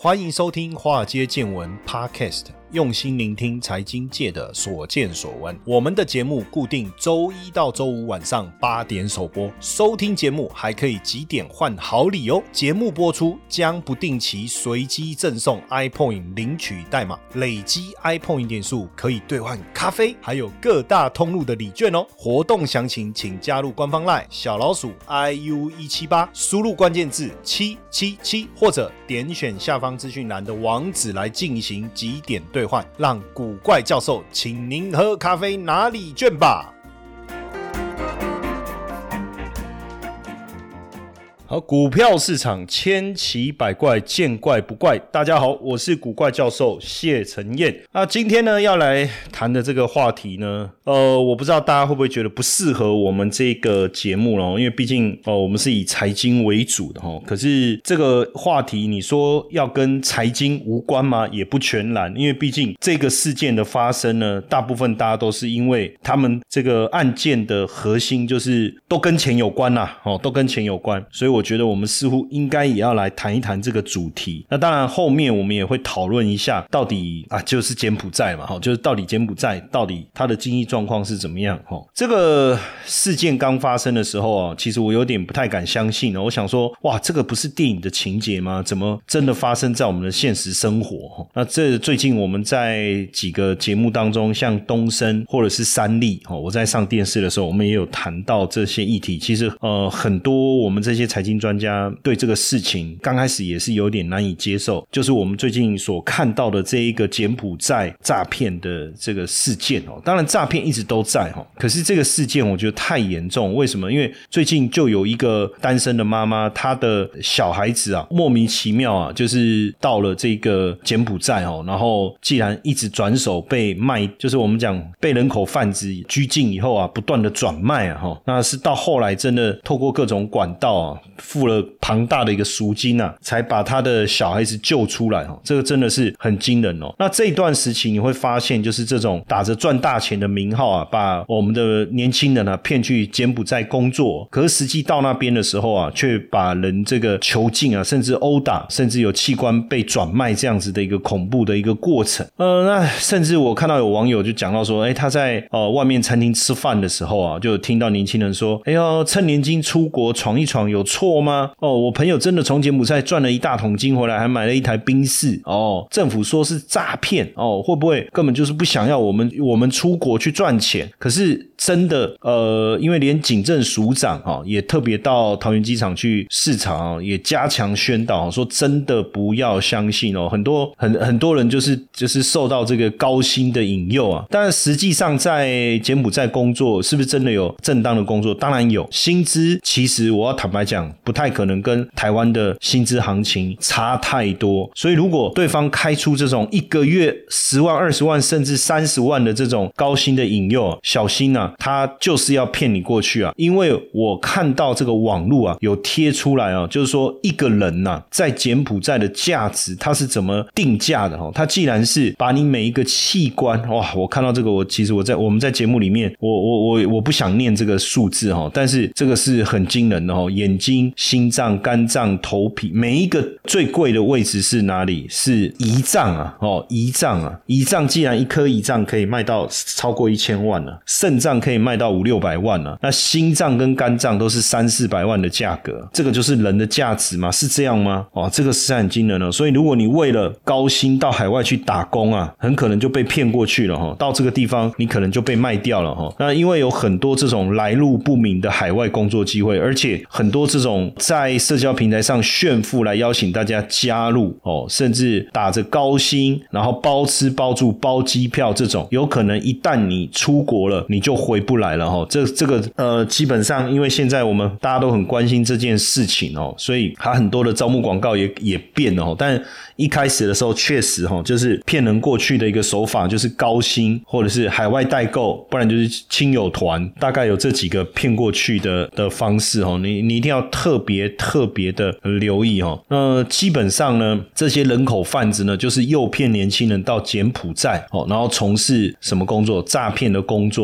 欢迎收听华尔街见闻 Podcast， 用心聆听财经界的所见所闻。我们的节目固定周一到周五晚上8点首播，收听节目还可以集点换好礼哦。节目播出将不定期随机赠送 iPoint 领取代码，累积 iPoint 点数可以兑换咖啡，还有各大通路的礼券哦。活动详情请加入官方 LINE 小老鼠 IU178， 输入关键字777，或者点选下方资讯栏的网址来进行集点兑换，让古怪教授请您喝咖啡拿礼券吧。好，股票市场千奇百怪，见怪不怪。大家好，我是古怪教授谢承彦。今天呢要来谈的这个话题呢，我不知道大家会不会觉得不适合我们这个节目咯，因为毕竟我们是以财经为主的齁。可是这个话题你说要跟财经无关吗？也不全然，因为毕竟这个事件的发生呢，大部分大家都是因为他们这个案件的核心就是都跟钱有关啦，都跟钱有关，所以我觉得我们似乎应该也要来谈一谈这个主题。那当然后面我们也会讨论一下到底就是柬埔寨嘛，就是到底柬埔寨到底它的经济状况是怎么样。这个事件刚发生的时候其实我有点不太敢相信我想说哇，这个不是电影的情节吗？怎么真的发生在我们的现实生活？那这最近我们在几个节目当中，像东森或者是三立我在上电视的时候，我们也有谈到这些议题。其实很多我们这些财经专家对这个事情刚开始也是有点难以接受，就是我们最近所看到的这一个柬埔寨诈骗的这个事件当然诈骗一直都在可是这个事件我觉得太严重。为什么？因为最近就有一个单身的妈妈，她的小孩子莫名其妙就是到了这个柬埔寨然后既然一直转手被卖，就是我们讲被人口贩子拘禁以后不断的转卖那是到后来真的透过各种管道付了庞大的一个赎金才把他的小孩子救出来这个真的是很惊人那这一段时期你会发现，就是这种打着赚大钱的名号把我们的年轻人骗去柬埔寨工作，可是实际到那边的时候却把人这个囚禁甚至殴打，甚至有器官被转卖这样子的一个恐怖的一个过程。那甚至我看到有网友就讲到说他在外面餐厅吃饭的时候就听到年轻人说趁年轻出国闯一闯有错吗？我朋友真的从柬埔寨赚了一大桶金回来，还买了一台宾士政府说是诈骗会不会根本就是不想要我们出国去赚钱？可是真的因为连警政署长也特别到桃园机场去视察也加强宣导说真的不要相信很多人就是受到这个高薪的引诱但实际上在柬埔寨工作是不是真的有正当的工作？当然有，薪资其实我要坦白讲不太可能跟台湾的薪资行情差太多，所以如果对方开出这种一个月10万20万甚至30万的这种高薪的引诱，小心他就是要骗你过去因为我看到这个网络有贴出来就是说一个人在柬埔寨的价值他是怎么定价的他既然是把你每一个器官我看到这个其实我们在节目里面我不想念这个数字但是这个是很惊人的眼睛、心脏、肝脏、头皮，每一个最贵的位置是哪里？是胰脏胰脏既然一颗胰脏可以卖到超过1000万肾脏可以卖到500-600万那心脏跟肝脏都是300-400万的价格，这个就是人的价值吗？是这样吗？这个是很惊人所以如果你为了高薪到海外去打工很可能就被骗过去了到这个地方你可能就被卖掉了那因为有很多这种来路不明的海外工作机会，而且很多这种在社交平台上炫富来邀请大家加入甚至打着高薪然后包吃包住包机票，这种有可能一旦你出国了你就回不来了这个基本上因为现在我们大家都很关心这件事情所以它很多的招募广告也变了但一开始的时候确实就是骗人过去的一个手法，就是高薪或者是海外代购，不然就是亲友团，大概有这几个骗过去的方式你一定要特别的留意基本上呢这些人口贩子呢就是诱骗年轻人到柬埔寨然后从事什么工作？诈骗的工作，当然也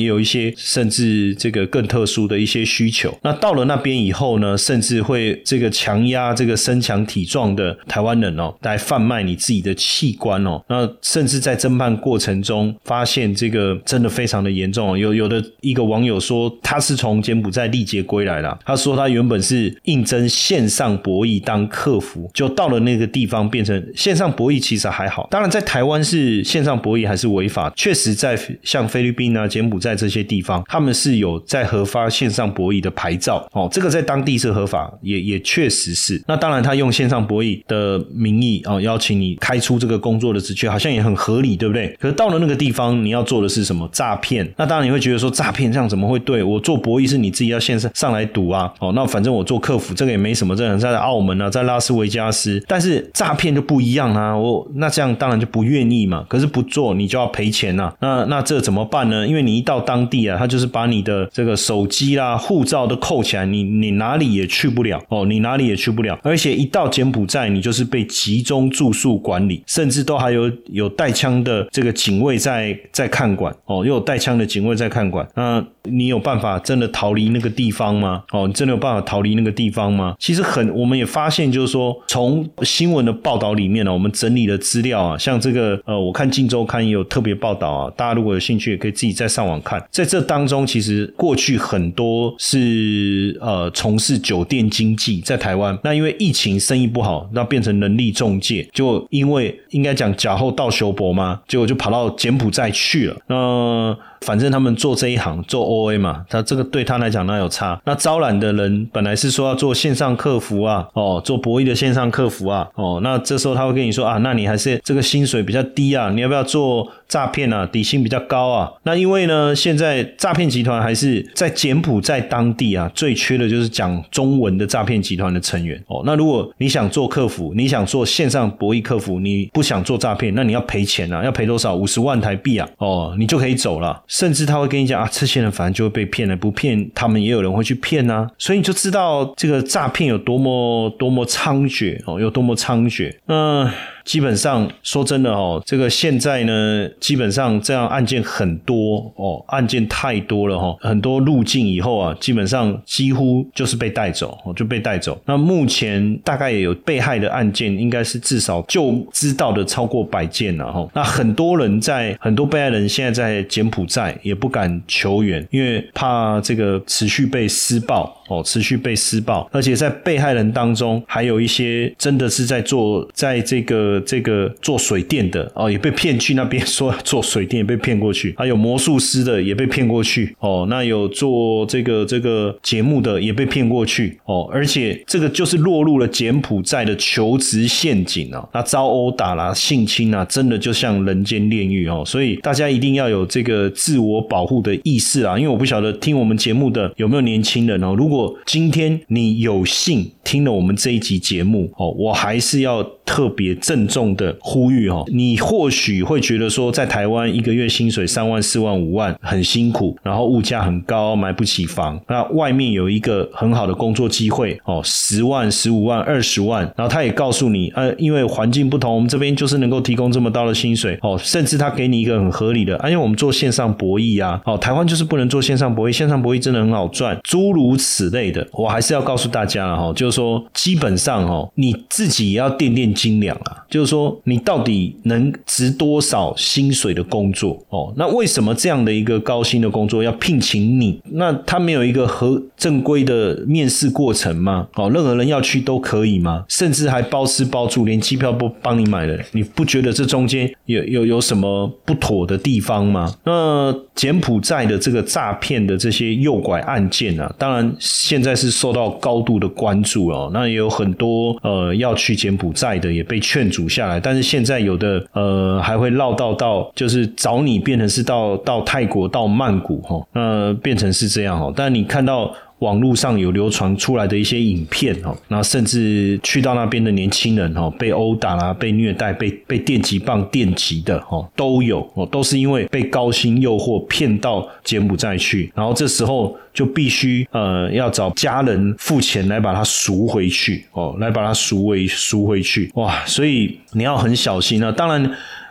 有一些甚至这个更特殊的一些需求。那到了那边以后呢，甚至会这个强压这个身强体壮的台湾人来贩卖你自己的器官那甚至在侦办过程中发现这个真的非常的严重有的一个网友说他是从柬埔寨历劫归来啦，他说他原本是应征线上博弈当客服，就到了那个地方变成线上博弈，其实还好，当然在台湾是线上博弈还是违法，确实在像菲律宾啊柬埔寨这些地方他们是有在核发线上博弈的牌照这个在当地是合法，也确实是。那当然他用线上博弈的名义邀请你开出这个工作的职缺，好像也很合理，对不对？可是到了那个地方你要做的是什么？诈骗。那当然你会觉得说诈骗这样怎么会对？我做博弈是你自己要线上来赌啊那反正我做客服这个也没什么，这在澳门啊，在拉斯维加斯，但是诈骗就不一样啊，那这样当然就不愿意嘛，可是不做你就要赔钱啊，那这怎么办呢？因为你一到当地啊，他就是把你的这个手机啦护照都扣起来，你哪里也去不了你哪里也去不了，而且一到柬埔寨你就是被集中住宿管理，甚至都还有带枪的这个警卫在看管又有带枪的警卫在看管，那你有办法真的逃离那个地方吗？你真的有办法逃离那个地方吗？其实我们也发现就是说从新闻的报道里面我们整理的资料啊，像这个我看镜周刊也有特别报道啊，大家如果有兴趣也可以自己再上网看。在这当中其实过去很多是从事酒店经济在台湾，那因为疫情生意不好，那变成人力中介，就因为应该讲假后到修博嘛，结果就跑到柬埔寨去了。那反正他们做这一行做 OA 嘛，他这个对他来讲哪有差？那招揽的人本来是说要做线上客服啊做博弈的线上客服啊那这时候他会跟你说啊，那你还是这个薪水比较低啊，你要不要做诈骗啊，底薪比较高啊。那因为呢现在诈骗集团还是在柬埔寨当地啊，最缺的就是讲中文的诈骗集团的成员那如果你想做客服，你想做线上博弈客服，你不想做诈骗，那你要赔钱啊，要赔多少？50万台币啊你就可以走了。甚至他会跟你讲啊，这些人反正就会被骗了，不骗他们也有人会去骗啊，所以你就知道这个诈骗有多么猖獗有多么猖獗。基本上说真的这个现在呢基本上这样案件很多案件太多了很多入境以后啊，基本上几乎就是被带走就被带走。那目前大概也有被害的案件应该是至少就知道的超过100件了那很多被害人现在在柬埔寨也不敢求援，因为怕这个持续被施暴而且在被害人当中还有一些真的是在这个做水电的也被骗去那边说做水电也被骗过去，还有魔术师的也被骗过去那有做这个节目的也被骗过去而且这个就是落入了柬埔寨的求职陷阱那遭殴打啦性侵啊，真的就像人间炼狱所以大家一定要有这个自我保护的意识因为我不晓得听我们节目的有没有年轻人如果今天你有幸听了我们这一集节目我还是要特别郑重的呼吁你或许会觉得说在台湾一个月薪水3万4万5万很辛苦，然后物价很高，买不起房，那外面有一个很好的工作机会10万15万20万，然后他也告诉你因为环境不同，我们这边就是能够提供这么高的薪水甚至他给你一个很合理的因为我们做线上博弈啊台湾就是不能做线上博弈，线上博弈真的很好赚，诸如此类的。我还是要告诉大家就是说基本上你自己也要掂掂斤两就是说你到底能值多少薪水的工作那为什么这样的一个高薪的工作要聘请你？那他没有一个正规的面试过程吗？任何人要去都可以吗？甚至还包吃包住，连机票都帮你买了，你不觉得这中间有什么不妥的地方吗？那柬埔寨的这个诈骗的这些诱拐案件当然现在是受到高度的关注那也有很多要去柬埔寨的也被劝阻下来，但是现在有的还会绕到就是找你变成是到泰国到曼谷变成是这样但你看到网络上有流传出来的一些影片然后甚至去到那边的年轻人被殴打啦，被虐待，被电击棒电击的都有都是因为被高薪诱惑骗到柬埔寨去，然后这时候就必须要找家人付钱来把它赎回去来把它赎回去哇，所以你要很小心当然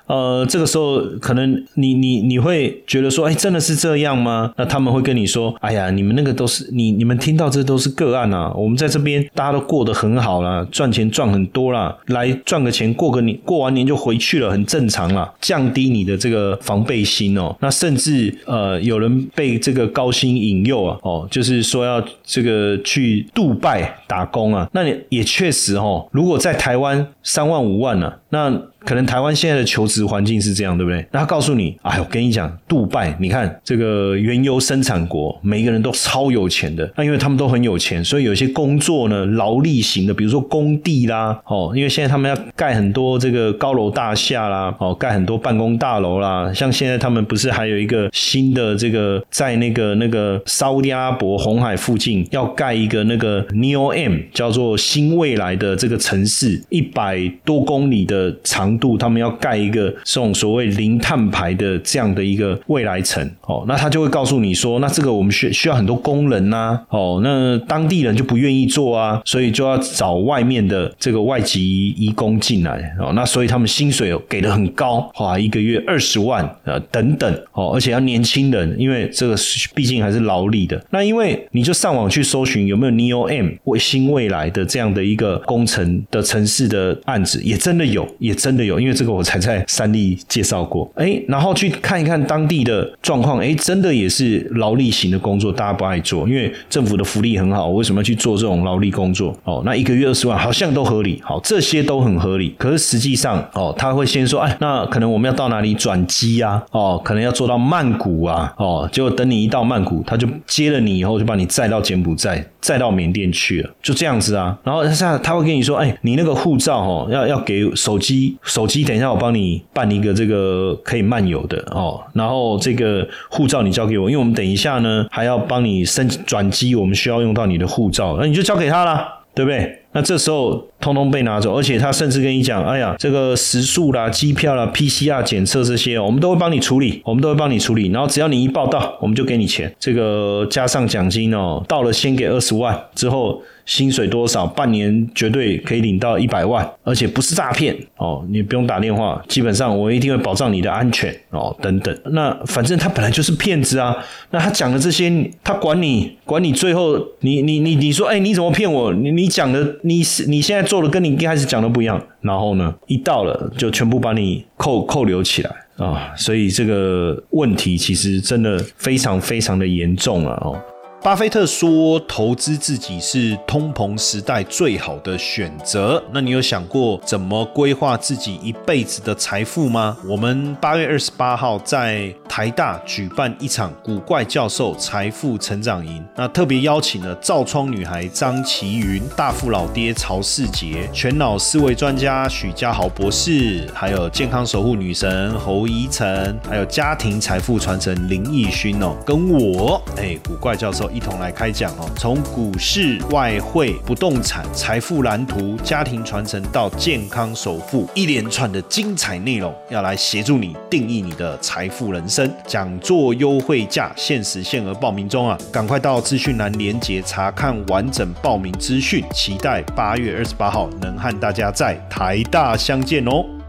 这个时候可能你会觉得说，真的是这样吗？那他们会跟你说，哎呀，你们那个都是你们听到这都是个案啊，我们在这边大家都过得很好啦，赚钱赚很多啦，来赚个钱过完年就回去了，很正常啦，降低你的这个防备心哦。那甚至有人被这个高薪引诱啊，就是说要这个去杜拜打工啊，那也确实如果在台湾3万5万啊，那可能台湾现在的求职环境是这样，对不对？那他告诉你，我跟你讲，杜拜，你看这个原油生产国，每一个人都超有钱的。那因为他们都很有钱，所以有些工作呢，劳力型的，比如说工地啦，因为现在他们要盖很多这个高楼大厦啦，盖很多办公大楼啦。像现在他们不是还有一个新的这个在那个沙烏地阿拉伯红海附近要盖一个那个 NEOM 叫做新未来的这个城市，100多公里的长度，他们要盖一个这种所谓零碳排的这样的一个未来城那他就会告诉你说，那这个我们需要很多工人啊那当地人就不愿意做啊，所以就要找外面的这个外籍移工进来那所以他们薪水给得很高一个月20万等等而且要年轻人，因为这个毕竟还是劳力的。那因为你就上网去搜寻有没有 NEOM 新未来的这样的一个工程的城市的案子，也真的有，因为这个我才在三立介绍过然后去看一看当地的状况，真的也是劳力型的工作，大家不爱做，因为政府的福利很好，为什么要去做这种劳力工作那一个月20万好像都合理，好，这些都很合理。可是实际上他会先说那可能我们要到哪里转机啊可能要做到曼谷啊结果等你一到曼谷，他就接了你以后就把你载到柬埔寨，载到缅甸去了，就这样子啊。然后他会跟你说你那个护照要给手机等一下我帮你办一个这个可以漫游的然后这个护照你交给我，因为我们等一下呢还要帮你申请转机，我们需要用到你的护照，那你就交给他啦，对不对？那这时候通通被拿走，而且他甚至跟你讲，这个食宿啦、机票啦、PCR 检测这些我们都会帮你处理，然后只要你一报到，我们就给你钱，这个加上奖金到了先给20万，之后薪水多少，半年绝对可以领到100万，而且不是诈骗你不用打电话，基本上我一定会保障你的安全等等。那反正他本来就是骗子啊，那他讲的这些，他管你最后你说你怎么骗我？你讲的你现在做的跟你一开始讲的不一样，然后呢一到了就全部把你扣留起来所以这个问题其实真的非常非常的严重啊巴菲特说投资自己是通膨时代最好的选择，那你有想过怎么规划自己一辈子的财富吗？我们8月28号在台大举办一场古怪教授财富成长营，那特别邀请了造窗女孩张琪云、大富老爹曹世杰、全脑思维专家许家豪博士，还有健康守护女神侯怡晨，还有家庭财富传承林奕勋跟我古怪教授一同来开讲从股市、外汇、不动产、财富蓝图、家庭传承到健康守护，一连串的精彩内容，要来协助你定义你的财富人生。讲座优惠价限时限额报名中赶快到资讯栏连结查看完整报名资讯，期待8月28号能和大家在台大相见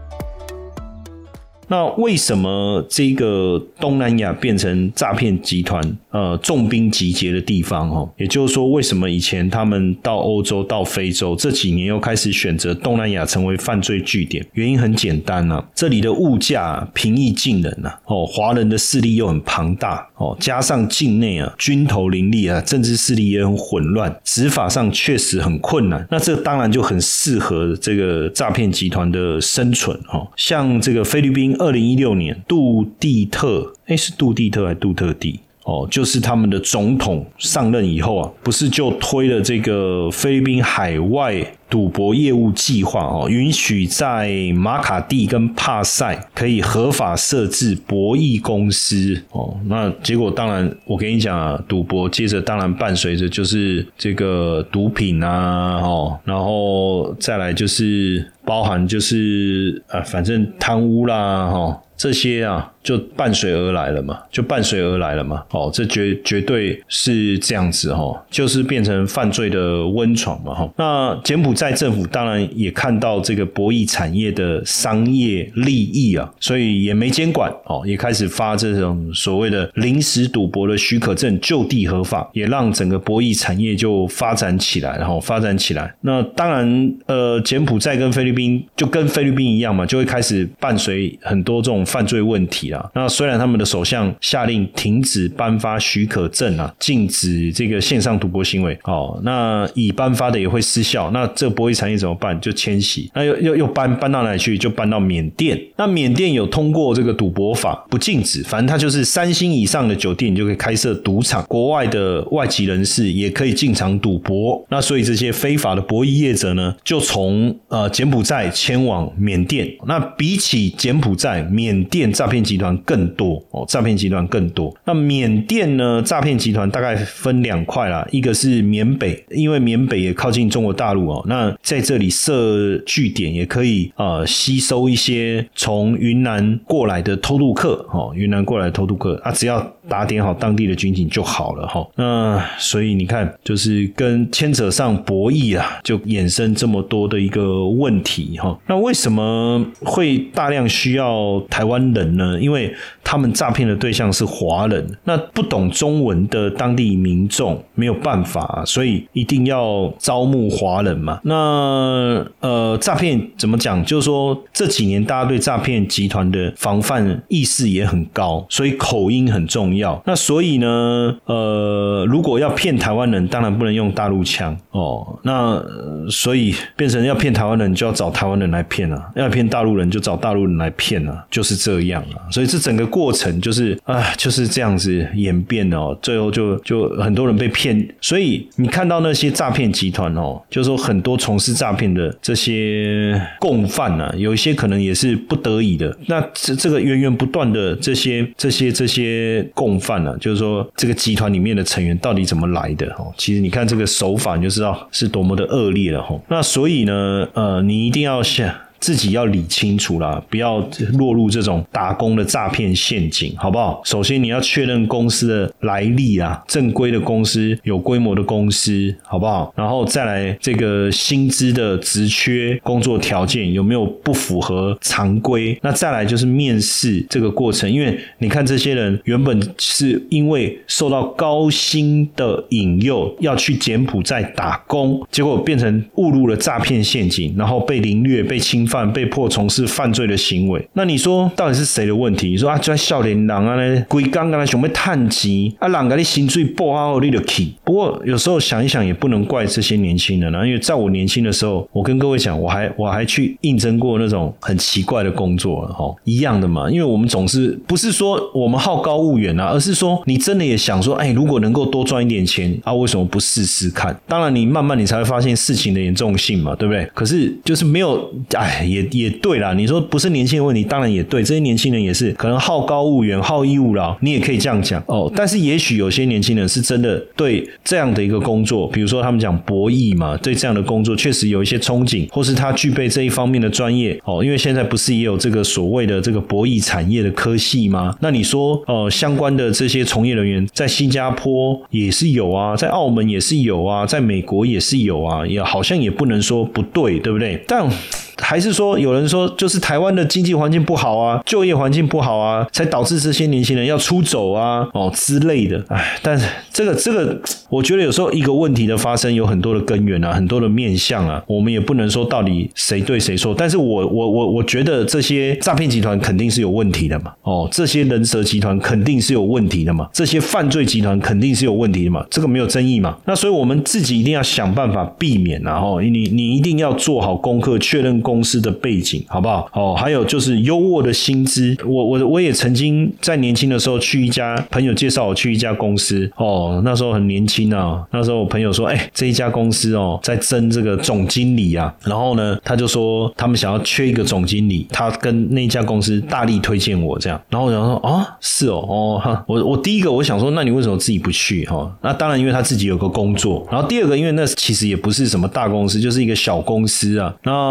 那为什么这个东南亚变成诈骗集团重兵集结的地方也就是说为什么以前他们到欧洲到非洲，这几年又开始选择东南亚成为犯罪据点？原因很简单这里的物价平易近人华人的势力又很庞大加上境内军头林立政治势力也很混乱，执法上确实很困难，那这当然就很适合这个诈骗集团的生存像这个菲律宾2016年杜蒂特是杜蒂特还是杜特地就是他们的总统上任以后不是就推了这个菲律宾海外赌博业务计划允许在马卡蒂跟帕赛可以合法设置博弈公司那结果当然我跟你讲赌博接着当然伴随着就是这个毒品然后再来就是包含就是反正贪污啦这些就伴随而来了嘛，这绝对是这样子就是变成犯罪的温床嘛那柬埔寨政府当然也看到这个博弈产业的商业利益啊，所以也没监管也开始发这种所谓的临时赌博的许可证，就地合法，也让整个博弈产业就发展起来，那当然柬埔寨跟菲律宾就跟菲律宾一样嘛，就会开始伴随很多这种犯罪问题啦。那虽然他们的首相下令停止颁发许可证啊，禁止这个线上赌博行为那已颁发的也会失效，那这博弈产业怎么办？就迁徙，那又搬到哪里去？就搬到缅甸。那缅甸有通过这个赌博法，不禁止，反正它就是3星以上的酒店你就可以开设赌场，国外的外籍人士也可以进场赌博。那所以这些非法的博弈业者呢，就从柬埔寨迁往缅甸。那比起柬埔寨，缅甸诈骗集团更多那缅甸呢，诈骗集团大概分2块啦，一个是缅北，因为缅北也靠近中国大陆那在这里设据点也可以吸收一些从云南过来的偷渡客只要打点好当地的军警就好了那所以你看，就是跟牵扯上博弈就衍生这么多的一个问题那为什么会大量需要台湾人呢？因为他们诈骗的对象是华人，那不懂中文的当地民众没有办法所以一定要招募华人嘛。那诈骗怎么讲？就是说这几年大家对诈骗集团的防范意识也很高，所以口音很重要。那所以呢如果要骗台湾人，当然不能用大陆腔那所以变成要骗台湾人就要找台湾人来骗要骗大陆人就找大陆人来骗就是这样所以这整个过程就是这样子演变最后就很多人被骗。所以你看到那些诈骗集团就是说很多从事诈骗的这些共犯有一些可能也是不得已的。那这个源源不断的这些共犯就是说这个集团里面的成员到底怎么来的其实你看这个手法你就知道是多么的恶劣了那所以呢你一定要自己要理清楚啦，不要落入这种打工的诈骗陷阱，好不好？首先你要确认公司的来历啦，正规的公司，有规模的公司，好不好？然后再来这个薪资的职缺、工作条件有没有不符合常规？那再来就是面试这个过程，因为你看这些人原本是因为受到高薪的引诱要去柬埔寨打工，结果变成误入了诈骗陷阱，然后被凌虐、被侵犯、被迫从事犯罪的行为。那你说到底是谁的问题？你说就在少年人规工跟他想要趁钱人给你薪水报好你就去。不过有时候想一想也不能怪这些年轻人因为在我年轻的时候，我跟各位讲，我还去应征过那种很奇怪的工作一样的嘛。因为我们总是不是说我们好高骛远而是说你真的也想说如果能够多赚一点钱为什么不试试看？当然你慢慢你才会发现事情的严重性嘛，对不对？可是就是没有也对啦，你说不是年轻人问题，当然也对，这些年轻人也是可能好高骛远、好逸恶劳，你也可以这样讲但是也许有些年轻人是真的对这样的一个工作，比如说他们讲博弈嘛，对这样的工作确实有一些憧憬，或是他具备这一方面的专业因为现在不是也有这个所谓的这个博弈产业的科系吗？那你说相关的这些从业人员在新加坡也是有在澳门也是有在美国也是有也好像也不能说不对，对不对？但还是说有人说就是台湾的经济环境不好就业环境不好才导致这些年轻人要出走之类的。但这个我觉得有时候一个问题的发生有很多的根源很多的面向我们也不能说到底谁对谁错。但是我觉得这些诈骗集团肯定是有问题的嘛这些人蛇集团肯定是有问题的嘛，这些犯罪集团肯定是有问题的嘛，这个没有争议嘛。那所以我们自己一定要想办法避免你一定要做好功课，确认公司的背景，好不好？还有就是优渥的薪资。我也曾经在年轻的时候去一家朋友介绍我去一家公司那时候很年轻那时候我朋友说这一家公司在争这个总经理然后呢他就说他们想要缺一个总经理，他跟那家公司大力推荐我这样。然后我想说是我第一个我想说那你为什么自己不去那当然因为他自己有个工作，然后第二个因为那其实也不是什么大公司，就是一个小公司那讲一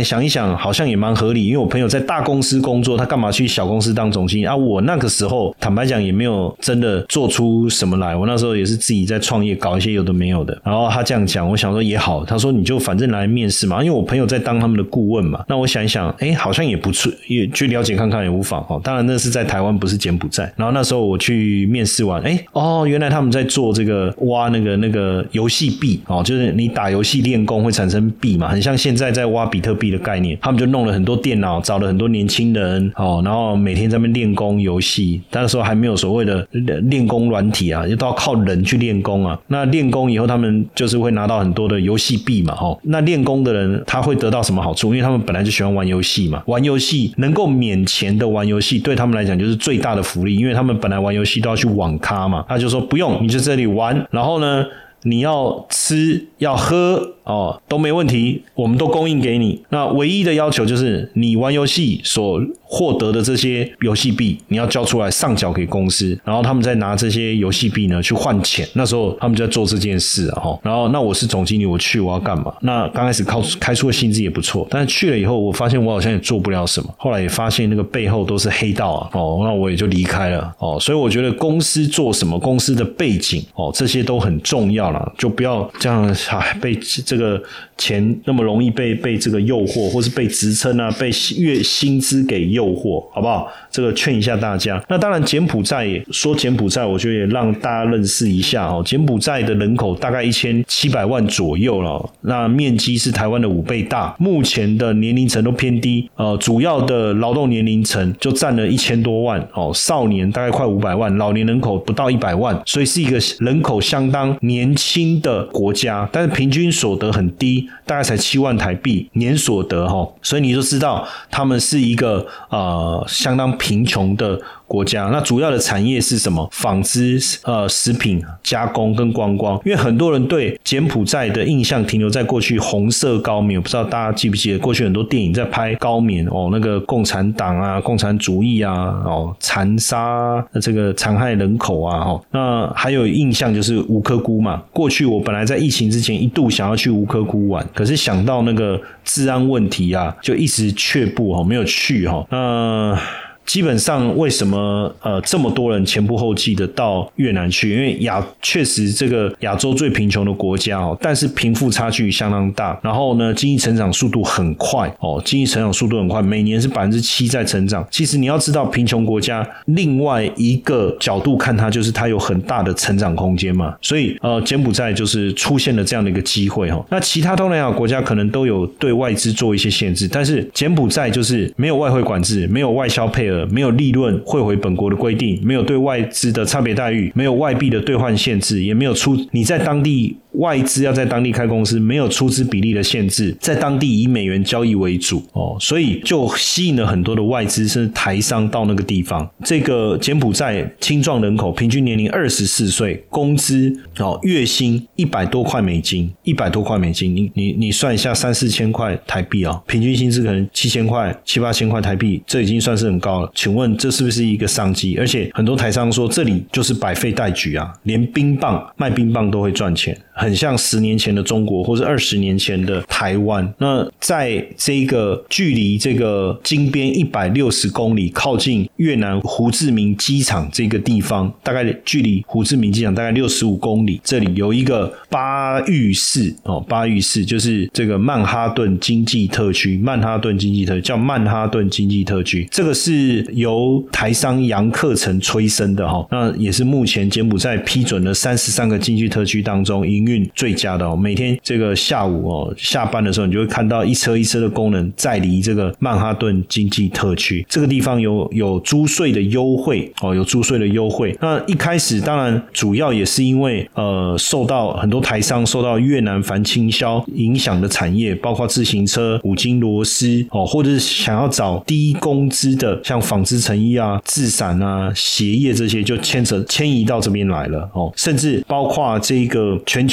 想一想好像也蛮合理，因为我朋友在大公司工作，他干嘛去小公司当总经理啊？我那个时候坦白讲也没有真的做出什么来，我那时候也是自己在创业搞一些有的没有的。然后他这样讲，我想说也好，他说你就反正来面试嘛，因为我朋友在当他们的顾问嘛。那我想一想，好像也不错，也去了解看看也无妨哦。当然那是在台湾，不是柬埔寨。然后那时候我去面试完，原来他们在做这个挖那个游戏币哦，就是你打游戏练功会产生币嘛，很像现在在挖比特币的概念。他们就弄了很多电脑，找了很多年轻人哦，然后每天在那边练功游戏。那时候还没有所谓的练功软体啊，都要靠人去练功啊。那练功以后，他们就是会拿到很多的游戏币嘛，那练功的人他会得到什么好处？因为他们本来就喜欢玩游戏嘛，玩游戏能够免钱的玩游戏，对他们来讲就是最大的福利，因为他们本来玩游戏都要去网咖嘛，他就说不用，你就这里玩，然后呢，你要吃要喝都没问题，我们都供应给你。那唯一的要求就是你玩游戏所获得的这些游戏币，你要交出来上缴给公司，然后他们再拿这些游戏币呢去换钱。那时候他们就在做这件事然后那我是总经理，我去我要干嘛？那刚开始开出的薪资也不错，但是去了以后我发现我好像也做不了什么，后来也发现那个背后都是黑道那我也就离开了所以我觉得公司做什么，公司的背景这些都很重要啦，就不要这样被这个钱那么容易被这个诱惑，或是被职称啊，被月薪资给诱惑，好不好？这个劝一下大家。那当然柬埔寨我觉得也让大家认识一下柬埔寨的人口大概1700万左右了，那面积是台湾的5倍大，目前的年龄层都偏低，主要的劳动年龄层就占了1000多万少年大概快500万，老年人口不到100万，所以是一个人口相当年轻的国家，但是平均所得很低，大概才7万台币年所得所以你就知道他们是一个相当贫穷的国家。那主要的产业是什么？纺织、食品加工跟观光。因为很多人对柬埔寨的印象停留在过去红色高棉，我不知道大家记不记得过去很多电影在拍高棉那个共产党啊、共产主义啊残杀这个残害人口啊那还有印象就是吴哥窟嘛。过去我本来在疫情之前一度想要去吴哥窟玩，可是想到那个治安问题啊，就一直却步没有去基本上为什么这么多人前仆后继的到越南去？因为确实这个亚洲最贫穷的国家但是贫富差距相当大，然后呢经济成长速度很快每年是 7% 在成长。其实你要知道贫穷国家另外一个角度看它，就是它有很大的成长空间嘛，所以柬埔寨就是出现了这样的一个机会那其他东南亚国家可能都有对外资做一些限制，但是柬埔寨就是没有外汇管制，没有外销配额，没有利润汇回本国的规定，没有对外资的差别待遇，没有外币的兑换限制，也没有你在当地外资要在当地开公司没有出资比例的限制，在当地以美元交易为主所以就吸引了很多的外资甚至台商到那个地方。这个柬埔寨青壮人口平均年龄24岁，工资月薪100多块美金，你算一下3-4千块台币平均薪资可能7000块7-8千块台币，这已经算是很高了。请问这是不是一个商机？而且很多台商说这里就是百废待举啊，连卖冰棒都会赚钱，很像10年前的中国或是20年前的台湾。那在这个距离这个金边160公里，靠近越南胡志明机场这个地方，大概距离胡志明机场大概65公里，这里有一个巴育市就是这个曼哈顿经济特区，叫曼哈顿经济特区，这个是由台商杨克成催生的那也是目前柬埔寨批准了33个经济特区当中营运最佳的每天这个下午下班的时候，你就会看到一车一车的工人载离这个曼哈顿经济特区。这个地方有租税的优惠那一开始当然主要也是因为受到很多台商受到越南反倾销影响的产业，包括自行车、五金螺丝或者是想要找低工资的像纺织成衣啊、制伞啊、鞋业这些就迁移到这边来了甚至包括这个全球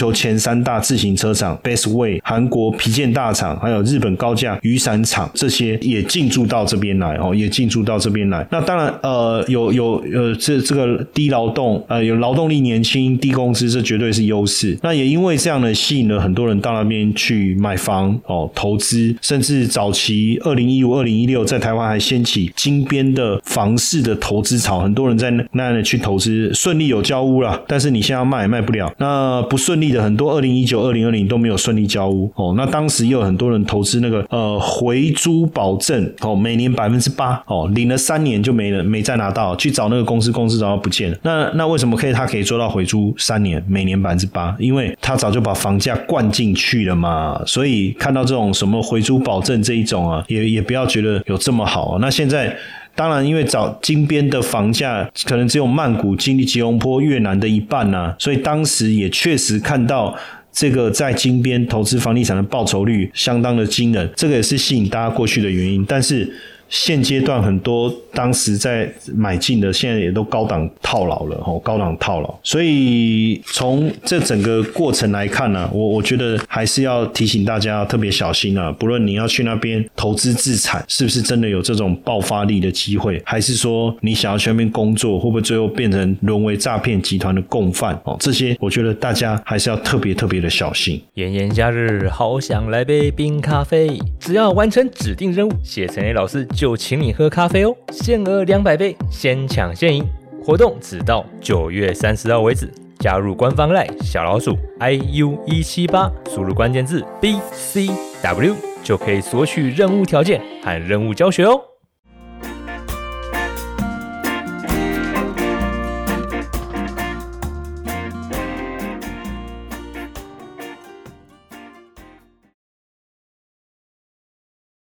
球前3大自行车厂 Bestway、韩国皮件大厂，还有日本高价雨伞厂，这些也进驻到这边来也进驻到这边来。那当然这个低劳动有劳动力年轻低工资，这绝对是优势。那也因为这样的吸引了很多人到那边去买房投资，甚至早期2015、2016在台湾还掀起金边的房市的投资潮，很多人在那里去投资，顺利有交屋啦，但是你现在要卖也卖不了。那不顺利的很多2019、2020都没有顺利交屋那当时也有很多人投资那个回租保证每年 8% 领了3年就没了，没再拿到，去找那个公司找到不见了。那为什么他可以做到回租3年每年 8%？ 因为他早就把房价灌进去了嘛。所以看到这种什么回租保证这一种也不要觉得有这么好那现在当然因为金边的房价可能只有曼谷、吉隆坡、越南的一半所以当时也确实看到这个在金边投资房地产的报酬率相当的惊人，这个也是吸引大家过去的原因。但是现阶段很多当时在买进的现在也都高档套牢了高档套牢。所以从这整个过程来看我觉得还是要提醒大家特别小心不论你要去那边投资自产是不是真的有这种爆发力的机会，还是说你想要去那边工作会不会最后变成沦为诈骗集团的共犯这些我觉得大家还是要特别的小心。 炎炎夏日好想来杯冰咖啡，只要完成指定任务，谢承彦老师就请你喝咖啡限额200杯，先抢先赢，活动直到9月30号为止。加入官方 LINE 小老鼠 IU178，输入关键字 BCW 就可以索取任务条件和任务教学